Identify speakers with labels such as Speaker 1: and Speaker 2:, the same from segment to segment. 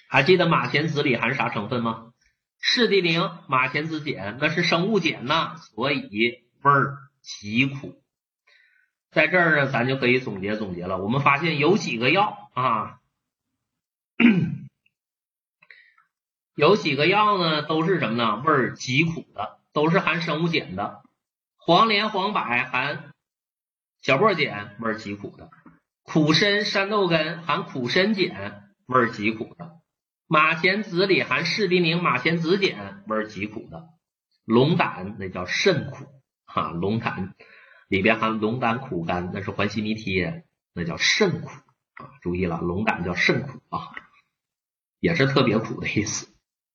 Speaker 1: 还记得马钱子里含啥成分吗？士地宁、马钱子碱，那是生物碱呐，所以味儿极苦。在这儿呢，咱就可以总结了。我们发现有几个药啊，有几个药呢，都是什么呢？味儿极苦的，都是含生物碱的。黄连、黄柏含小柏碱，味儿极苦的；苦参、山豆根含苦参碱，味儿极苦的；马钱子里含士地宁、马钱子碱，味儿极苦的；龙胆那叫甚苦啊，龙胆里边含龙胆苦苷，那是环西醚贴，那叫甚苦啊。注意了，龙胆叫甚苦啊，也是特别苦的意思。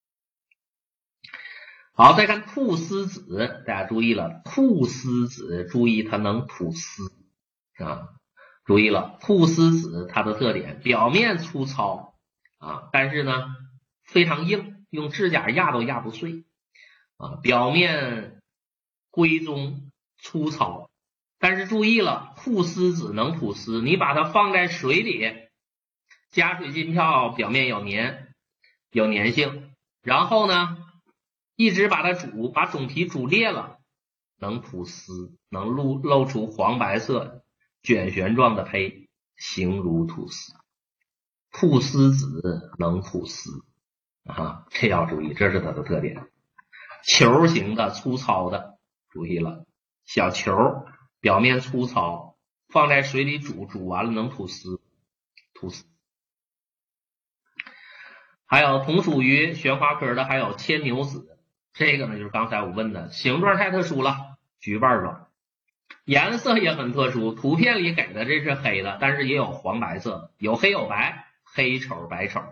Speaker 1: 好，再看菟丝子，大家注意了，菟丝子注意它能吐丝啊，注意了，菟丝子它的特点，表面粗糙啊，但是呢非常硬，用指甲压都压不碎啊，表面归宗粗糙，但是注意了，菟丝子能吐丝，你把它放在水里，加水浸泡，表面有粘性，然后呢一直把它煮，把种皮煮裂了，能吐丝，能露出黄白色卷旋状的胚，形如吐丝。菟丝子能吐丝啊，这要注意，这是它的特点。球形的粗糙的，注意了，小球表面粗糙，放在水里煮，煮完了能吐丝。还有同属于旋花科的还有牵牛子，这个呢就是刚才我问的，形状太特殊了，橘瓣状，颜色也很特殊，图片里给的这是黑的，但是也有黄白色，有黑有白，黑丑白丑。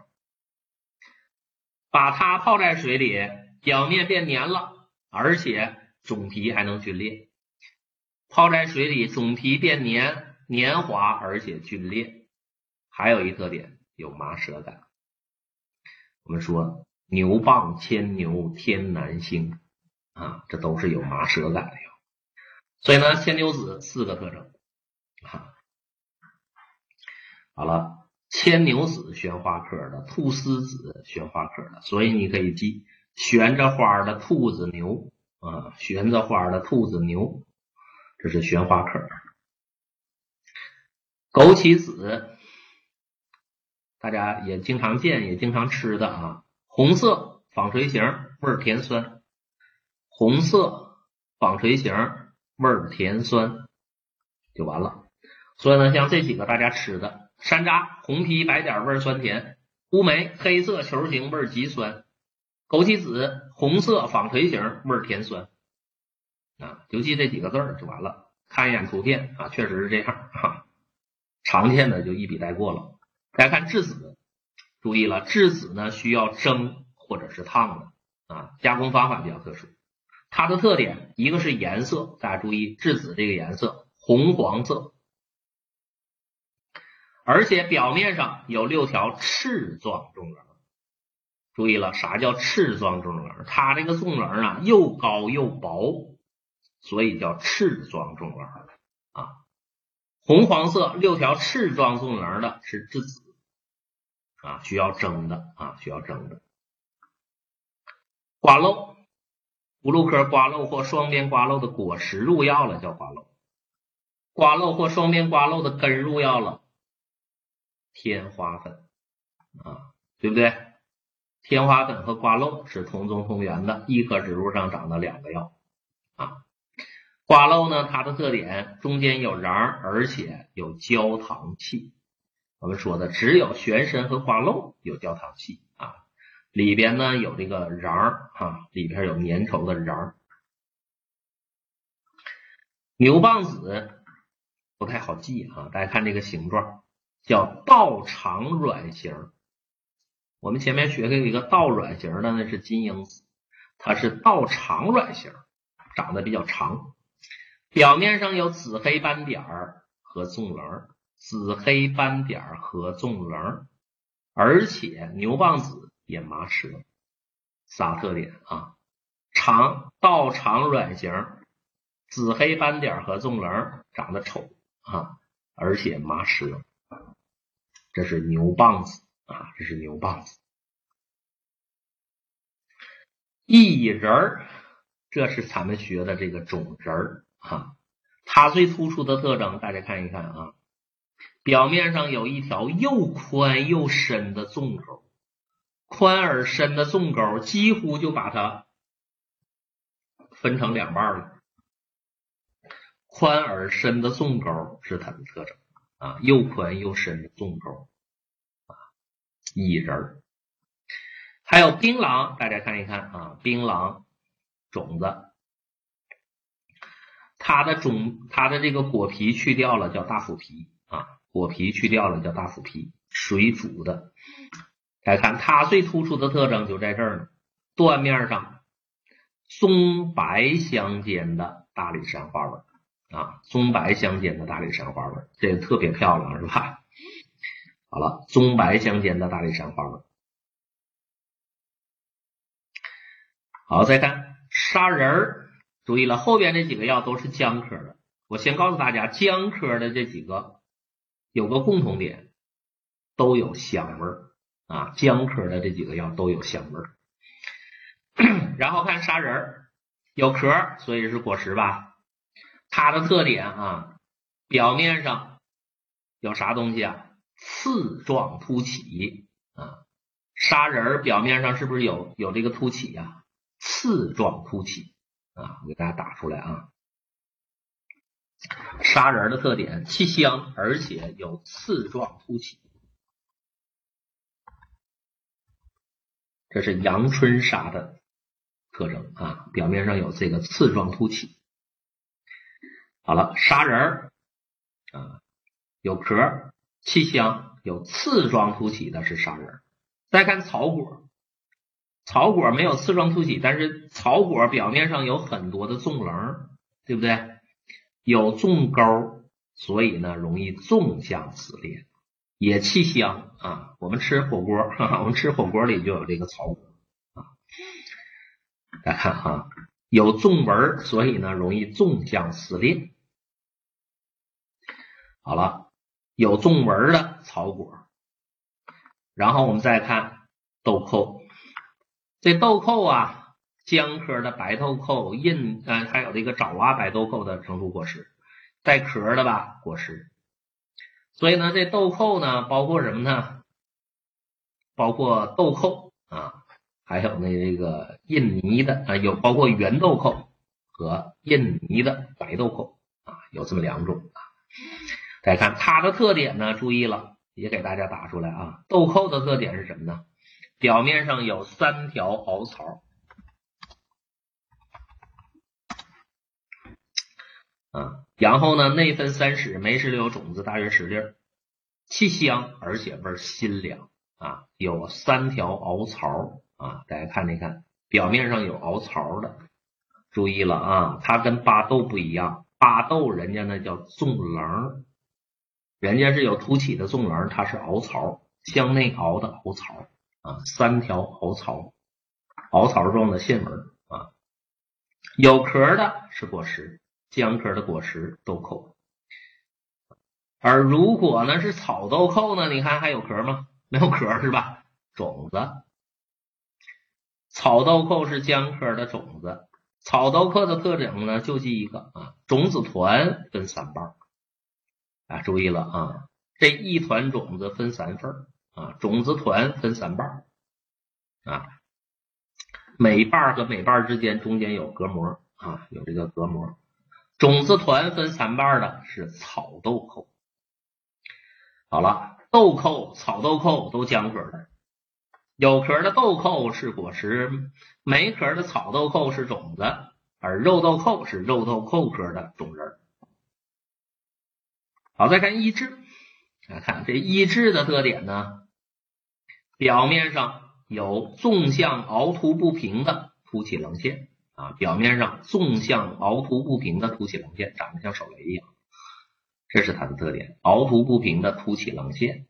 Speaker 1: 把它泡在水里，表面变黏了，而且种皮还能皲裂。泡在水里，种皮变黏滑，而且皲裂。还有一特点，有麻舌感。我们说牛蒡、牵牛、天南星啊，这都是有麻舌感的。所以呢，牵牛子4个特征啊。好了，牵牛子旋花科的，菟丝子旋花科的，所以你可以记悬着花的兔子牛啊，悬着花的兔子牛，这是旋花科。枸杞子大家也经常见，也经常吃的啊，红色纺锤形，味儿甜酸，红色纺锤形，味儿甜酸，就完了。所以呢，像这几个大家吃的，山楂红皮白点，味儿酸甜；乌梅黑色球形，味儿极酸；枸杞子红色纺锤形，味儿甜酸啊，就记这几个字儿就完了。看一眼图片啊，确实是这样啊，常见的就一笔带过了。再看栀子，注意了，栀子呢需要蒸或者是烫的啊，加工方法比较特殊。它的特点一个是颜色，大家注意栀子这个颜色红黄色，而且表面上有6条翅状纵棱。注意了，啥叫翅状纵棱？它这个纵棱啊又高又薄，所以叫翅状纵棱啊。红黄色6条翅状纵棱的是栀子啊，需要蒸的啊，需要蒸的。瓜蒌，葫芦科瓜蒌或双边瓜蒌的果实入药了，叫瓜蒌。瓜蒌或双边瓜蒌的根入药了，天花粉啊，对不对？天花粉和瓜蒌是同宗同源的，一棵植物上长的2个药啊。瓜蒌呢，它的特点中间有瓤，而且有焦糖气。我们说的只有玄参和瓜蒌有焦糖气啊，里边呢有这个瓤啊，里边有粘稠的瓤。牛蒡子不太好记啊，大家看这个形状叫倒长卵形。我们前面学过一个倒卵形的，那是金樱子，它是倒长卵形，长得比较长，表面上有紫黑斑点和纵棱，紫黑斑点和纵棱，而且牛蒡子也麻舌。仨特点啊，倒长卵形，紫黑斑点和纵棱，长得丑啊，而且麻舌。这是牛蒡子啊，这是牛蒡子。 异仁儿，这是咱们学的这个种仁儿啊。它最突出的特征，大家看一看啊，表面上有一条又宽又深的纵沟，宽而深的纵沟几乎就把它分成两半了。宽而深的纵沟是它的特征啊，又宽又深的纵沟啊，异仁儿。还有槟榔，大家看一看啊，槟榔种子，它的这个果皮去掉了叫大腐皮啊，果皮去掉了叫大腐皮，水煮的。大家看它最突出的特征就在这儿呢，断面上棕白相间的大理山花纹啊，棕白相间的大理山花纹，这个特别漂亮是吧？好了，棕白相间的大理山花纹。好，再看砂仁儿，注意了，后边这几个药都是姜科的。我先告诉大家，姜科的这几个有个共同点，都有香味儿啊。姜科的这几个药都有香味儿。然后看砂仁儿，有壳，所以是果实吧？它的特点啊，表面上有啥东西啊？刺状凸起啊。砂仁儿表面上是不是有这个凸起啊？刺状凸起啊，我给大家打出来啊。砂仁的特点，气香而且有刺状凸起，这是阳春砂的特征啊，表面上有这个刺状凸起。好了，砂仁啊，有壳，气香，有刺状凸起的是砂仁。再看草果，草果没有刺状凸起，但是草果表面上有很多的纵棱，对不对？有纵沟，所以呢容易纵向撕裂，也气香啊。我们吃火锅，我们吃火锅里就有这个草果啊。大家看啊，有纵纹，所以呢容易纵向撕裂。好了，有纵纹的草果。然后我们再看豆蔻，这豆蔻啊，姜科的白豆蔻、还有这个爪哇白豆蔻的成熟果实，带壳的吧果实。所以呢，这豆蔻呢，包括什么呢？包括豆蔻啊，还有这个印尼的啊，有包括圆豆蔻和印尼的白豆蔻啊，有这么两种啊。大家看它的特点呢，注意了，也给大家打出来啊。豆蔻的特点是什么呢？表面上有3条凹槽啊，然后呢，内分3矢，每矢里有种子大约10粒，气香而且味辛凉啊，有3条凹槽啊，大家看一看，表面上有凹槽的，注意了啊，它跟巴豆不一样，巴豆人家那叫纵棱，人家是有凸起的纵棱，它是凹槽，向内凹的凹槽啊，3条凹槽，凹槽状的线纹啊。有壳的是果实，姜科的果实豆蔻。而如果呢是草豆蔻呢，你看还有壳吗？没有壳是吧？种子。草豆蔻是姜科的种子，草豆蔻的特征呢就记一个啊，种子团分3瓣啊，注意了啊，这一团种子分3份啊，种子团分3瓣啊，每瓣和每瓣之间中间有隔膜啊，有这个隔膜。种子团分3瓣的是草豆蔻。好了，豆蔻、草豆蔻都姜科的，有壳的豆蔻是果实，没壳的草豆蔻是种子，而肉豆蔻是肉豆蔻科的种仁。好，再看益智，看这益智的特点呢，表面上有纵向凹凸不平的凸起棱线啊，表面上纵向凹凸不平的凸起棱线，长得像手雷一样，这是它的特点，凹凸不平的凸起棱线。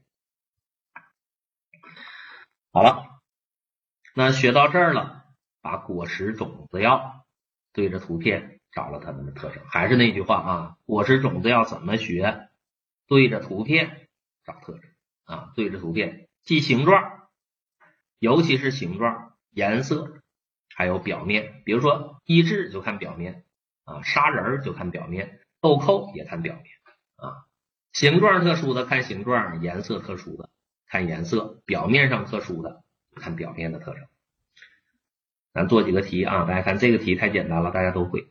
Speaker 1: 好了，那学到这儿了，把果实种子药对着图片找了它们的特征。还是那句话啊，果实种子药怎么学？对着图片找特征啊，对着图片记形状，尤其是形状、颜色还有表面，比如说医治就看表面啊，杀人就看表面，豆蔻也看表面啊，形状特殊的看形状，颜色特殊的看颜色，表面上特殊的看表面的特征。咱做几个题啊，大家看这个题太简单了，大家都会。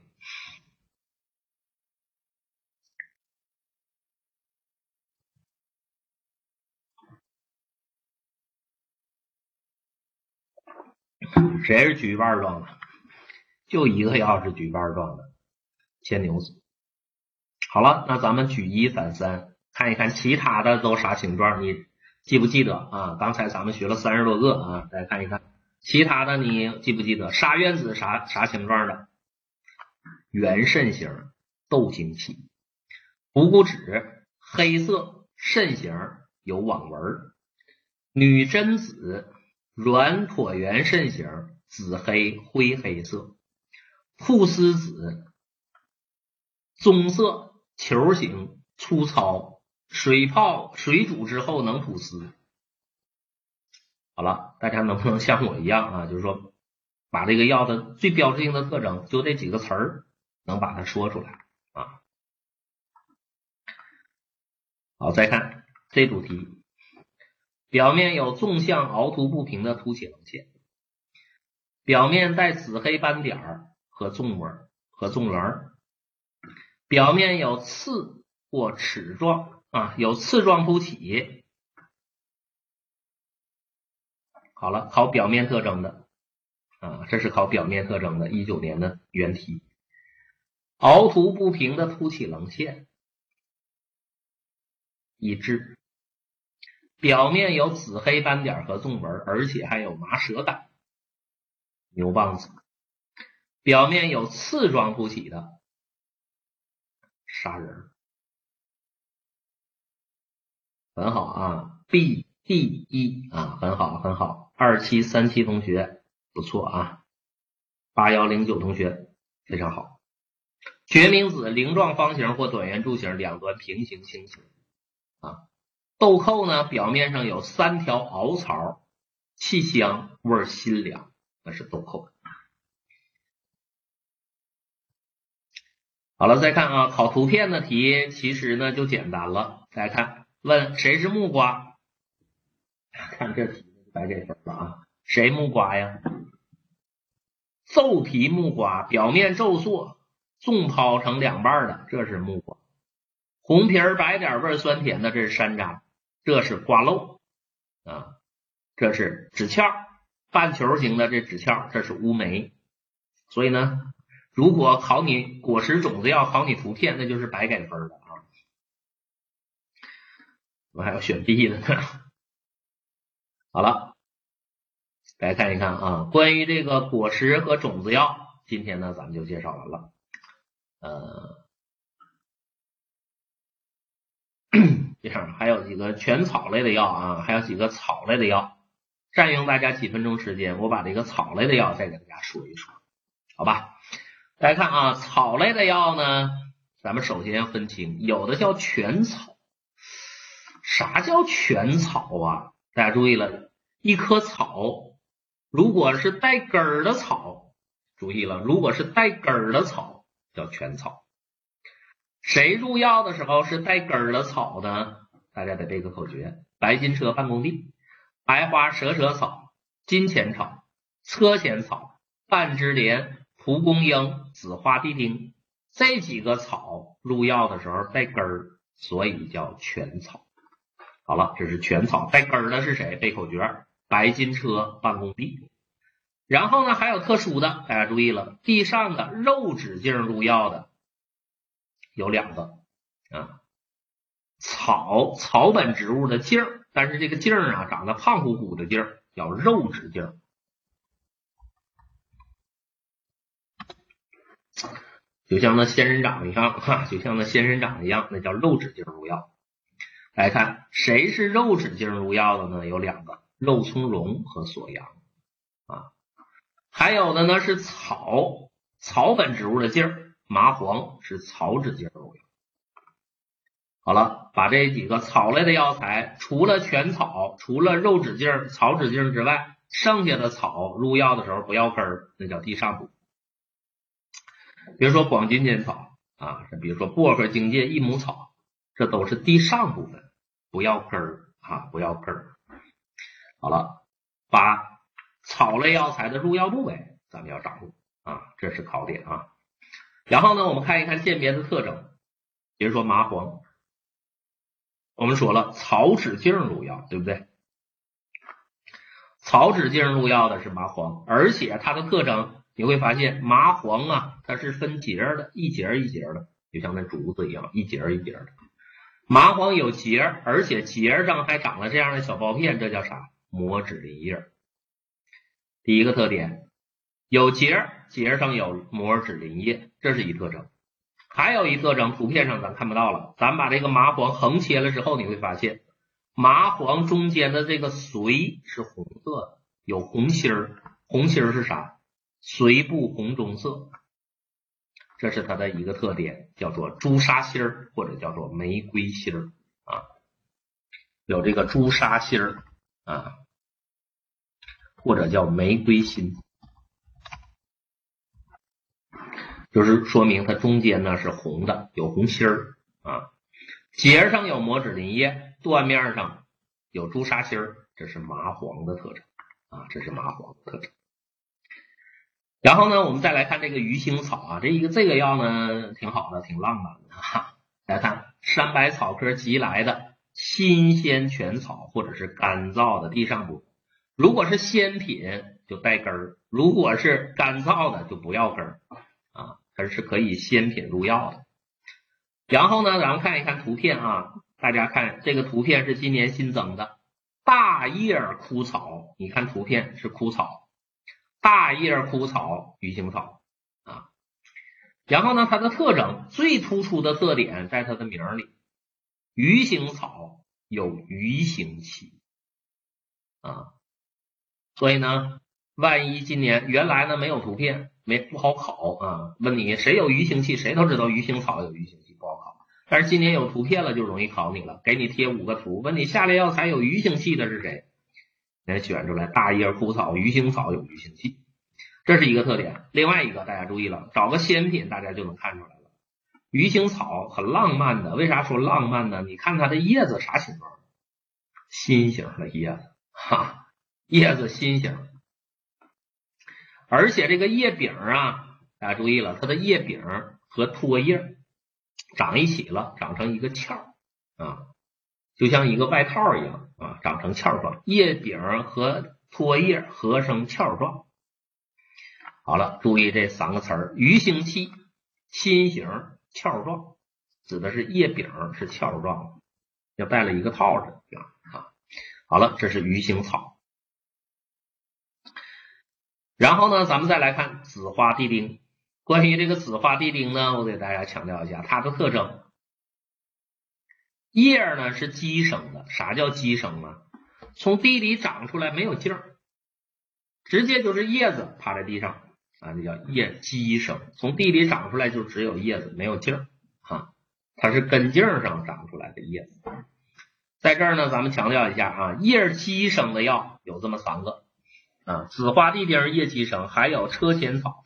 Speaker 1: 谁是举瓣状的？就一个药是举瓣状的，牵牛子。好了，那咱们举一反三，看一看其他的都啥形状，你记不记得啊？刚才咱们学了30多个啊，大家看一看其他的你记不记得？沙苑子啥形状的？圆肾形，豆茎气。补骨脂黑色，肾形，有网纹。女贞子软椭圆肾形，紫黑灰黑色。菟丝子棕色，球形，粗糙，水煮之后能吐丝。好了，大家能不能像我一样啊？就是说把这个药的最标志性的特征，就这几个词儿，能把它说出来啊？好，再看这组题，表面有纵向凹凸不平的凸起棱线，表面带紫黑斑点和纵轮，表面有刺或齿状啊，有刺状凸起。好了，考表面特征的啊，这是考表面特征的19年的原题。凹凸不平的凸起棱线，已知。表面有紫黑斑点和纵纹，而且还有麻舌感，牛蒡子。表面有刺状凸起的砂仁。很好啊 ，B D E 啊，很好很好。2737同学不错啊，8109同学非常好。决明子菱状方形或短圆柱形，两端平行倾斜啊。豆蔻呢，表面上有3条凹槽，气香，味辛凉，那是豆蔻。好了，再看啊，考图片的题其实呢就简单了。大家看，问谁是木瓜？看这题白给分了啊！谁木瓜呀？皱皮木瓜，表面皱缩，纵剖成2半的，这是木瓜。红皮儿白点味酸甜的，这是山楂，这是瓜漏啊，这是指壳，半球形的这指壳，这是乌梅。所以呢，如果考你果实种子要考你图片，那就是白给分的啊。我还要选 B 的呢。好了，大家看一看啊，关于这个果实和种子药，今天呢咱们就介绍完了。这样还有几个全草类的药啊，还有几个草类的药，占用大家几分钟时间，我把这个草类的药再给大家说一说，好吧？大家看啊，草类的药呢，咱们首先要分清，有的叫全草。啥叫全草啊？大家注意了，一棵草如果是带根儿的草，注意了，如果是带根儿的草叫全草。谁入药的时候是带根儿的草呢？大家得背个口诀：白金车半公地、白花蛇舌草、金钱草、车前草、半枝莲、蒲公英、紫花地丁，这几个草入药的时候带根儿，所以叫全草。好了，这是全草，带根儿的是谁？背口诀：白金车半公地。然后呢，还有特殊的，大家注意了，地上的肉指茎入药的有2个啊，草本植物的茎儿，但是这个茎儿啊长得胖乎乎的茎儿叫肉指茎，就像那仙人掌一样哈，就像那仙人掌一样，那叫肉指茎入药。来看谁是肉指茎入药的呢？有2个，肉苁蓉和锁阳啊。还有的呢是草本植物的茎儿，麻黄是草指茎入药。好了，把这几个草类的药材，除了全草，除了肉指茎、草指茎之外， 剩下的草入药的时候不要根儿，那叫地上部。比如说广金尖草啊，比如说薄荷、荆芥、益母草，这都是地上部分，不要根儿啊，不要根儿。好了，把草类药材的入药部位咱们要掌握啊，这是考点啊。然后呢，我们看一看鉴别的特征，比如说麻黄，我们说了草脂茎入药，对不对？草脂茎入药的是麻黄，而且它的特征你会发现麻黄啊，它是分节的，一节一节的，就像那竹子一样，一节一节的。麻黄有节，而且节上还长了这样的小苞片，这叫啥？膜脂鳞叶。第一个特点，有节，节上有膜脂鳞叶，这是一特征。还有一特征，图片上咱看不到了，咱把这个麻黄横切了之后，你会发现麻黄中间的这个髓是红色的，有红心儿，红心儿是啥？髓部红棕色，这是它的一个特点，叫做朱砂心儿或者叫做玫瑰心儿啊，有这个朱砂心儿啊，或者叫玫瑰心，就是说明它中间呢是红的，有红心儿啊，节上有膜脂鳞叶，断面上有朱砂心儿，这是麻黄的特征啊，这是麻黄的特征。然后呢，我们再来看这个鱼腥草啊，这个药呢挺好的，挺浪漫的哈。来看山百草科集来的新鲜全草或者是干燥的地上部，如果是鲜品就带根儿，如果是干燥的就不要根儿啊，它是可以鲜品入药的。然后呢，咱们看一看图片啊，大家看这个图片是今年新增的大叶枯草，你看图片是枯草。大叶枯草鱼腥草啊，然后呢，它的特征最突出的特点在它的名里，鱼腥草有鱼腥气啊，所以呢，万一今年原来呢没有图片，不好考啊，问你谁有鱼腥气，谁都知道鱼腥草有鱼腥气，不好考。但是今年有图片了，就容易考你了，给你贴5个图，问你下列药材有鱼腥气的是谁？你选出来，大叶枯草、鱼腥草有鱼腥气，这是一个特点。另外一个大家注意了，找个鲜品大家就能看出来了。鱼腥草很浪漫的，为啥说浪漫呢？你看它的叶子啥形状？心形的叶子，哈，叶子心形，而且这个叶柄啊，大家注意了，它的叶柄和托叶长一起了，长成一个鞘啊，就像一个外套一样啊，长成鞘状，叶柄和托叶合成鞘状。好了，注意这3个词儿：鱼腥气、心形、鞘状，指的是叶柄是鞘状，要带了一个套子啊。好了，这是鱼腥草。然后呢，咱们再来看紫花地丁。关于这个紫花地丁呢，我给大家强调一下它的特征。叶呢是基生的，啥叫基生呢？从地里长出来没有茎儿，直接就是叶子趴在地上啊，这叫叶基生。从地里长出来就只有叶子，没有茎儿啊，它是根茎上长出来的叶子。在这儿呢，咱们强调一下啊，叶基生的药有这么3个啊，紫花地丁、叶基生，还有车前草。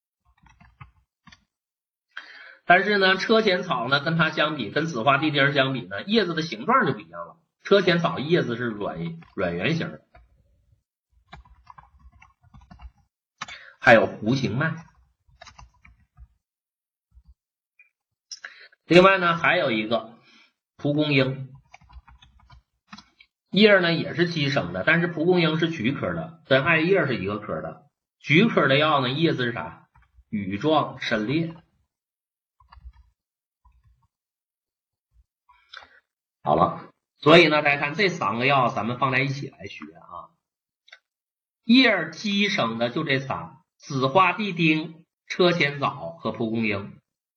Speaker 1: 但是呢，车前草呢跟它相比，跟紫花地丁相比呢，叶子的形状就不一样了。车前草叶子是软圆形的，还有弧形脉。另外呢，还有一个蒲公英，叶呢也是基生的，但是蒲公英是菊科的，跟艾叶是一个科的。菊科的药呢，叶子是啥？羽状深裂。好了，所以呢，大家看这3个药，咱们放在一起来学啊。叶基生的就这仨：紫花地丁、车前草和蒲公英，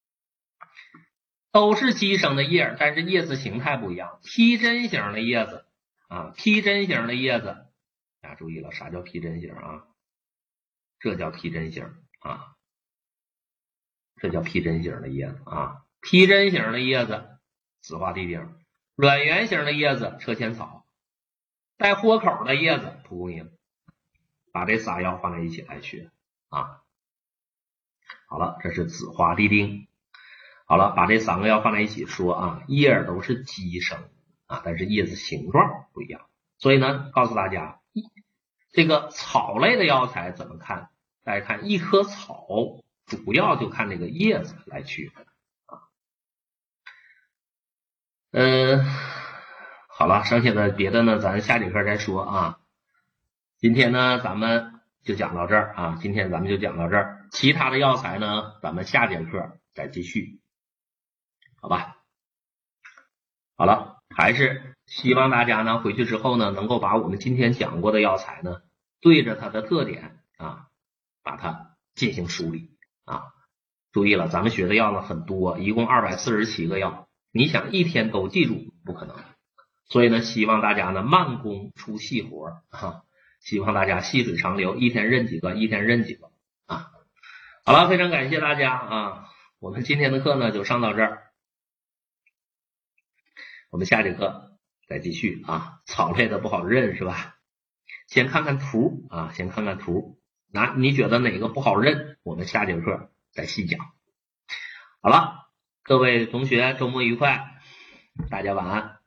Speaker 1: 都是基生的叶，但是叶子形态不一样。披针型的叶子啊，披针型的叶子，大家注意了，啥叫披针型啊？这叫披针型啊，这叫披针型的叶子啊。披针型的叶子，紫花地丁。软圆形的叶子车前草，带豁口的叶子蒲公英把这仨药放在一起来学啊。好了，这是紫花地丁。好了，把这3个药放在一起说啊，叶都是基生啊，但是叶子形状不一样。所以呢，告诉大家，这个草类的药材怎么看？大家看，一棵草主要就看这个叶子来区分啊。好了，剩下的别的呢，咱下节课再说啊。今天呢，咱们就讲到这儿啊。今天咱们就讲到这儿，其他的药材呢，咱们下节课再继续，好吧？好了，还是希望大家呢回去之后呢，能够把我们今天讲过的药材呢，对着它的特点啊，把它进行梳理啊。注意了，咱们学的药呢很多，一共247个药，你想一天都记住不可能。所以呢，希望大家呢慢工出细活啊，希望大家细水长流，一天认几个，一天认几个啊。好了，非常感谢大家啊，我们今天的课呢就上到这儿。我们下节课再继续啊，草类的不好认是吧？先看看图啊，先看看图，你觉得哪个不好认？我们下节课再细讲。好了，各位同学，周末愉快，大家晚安。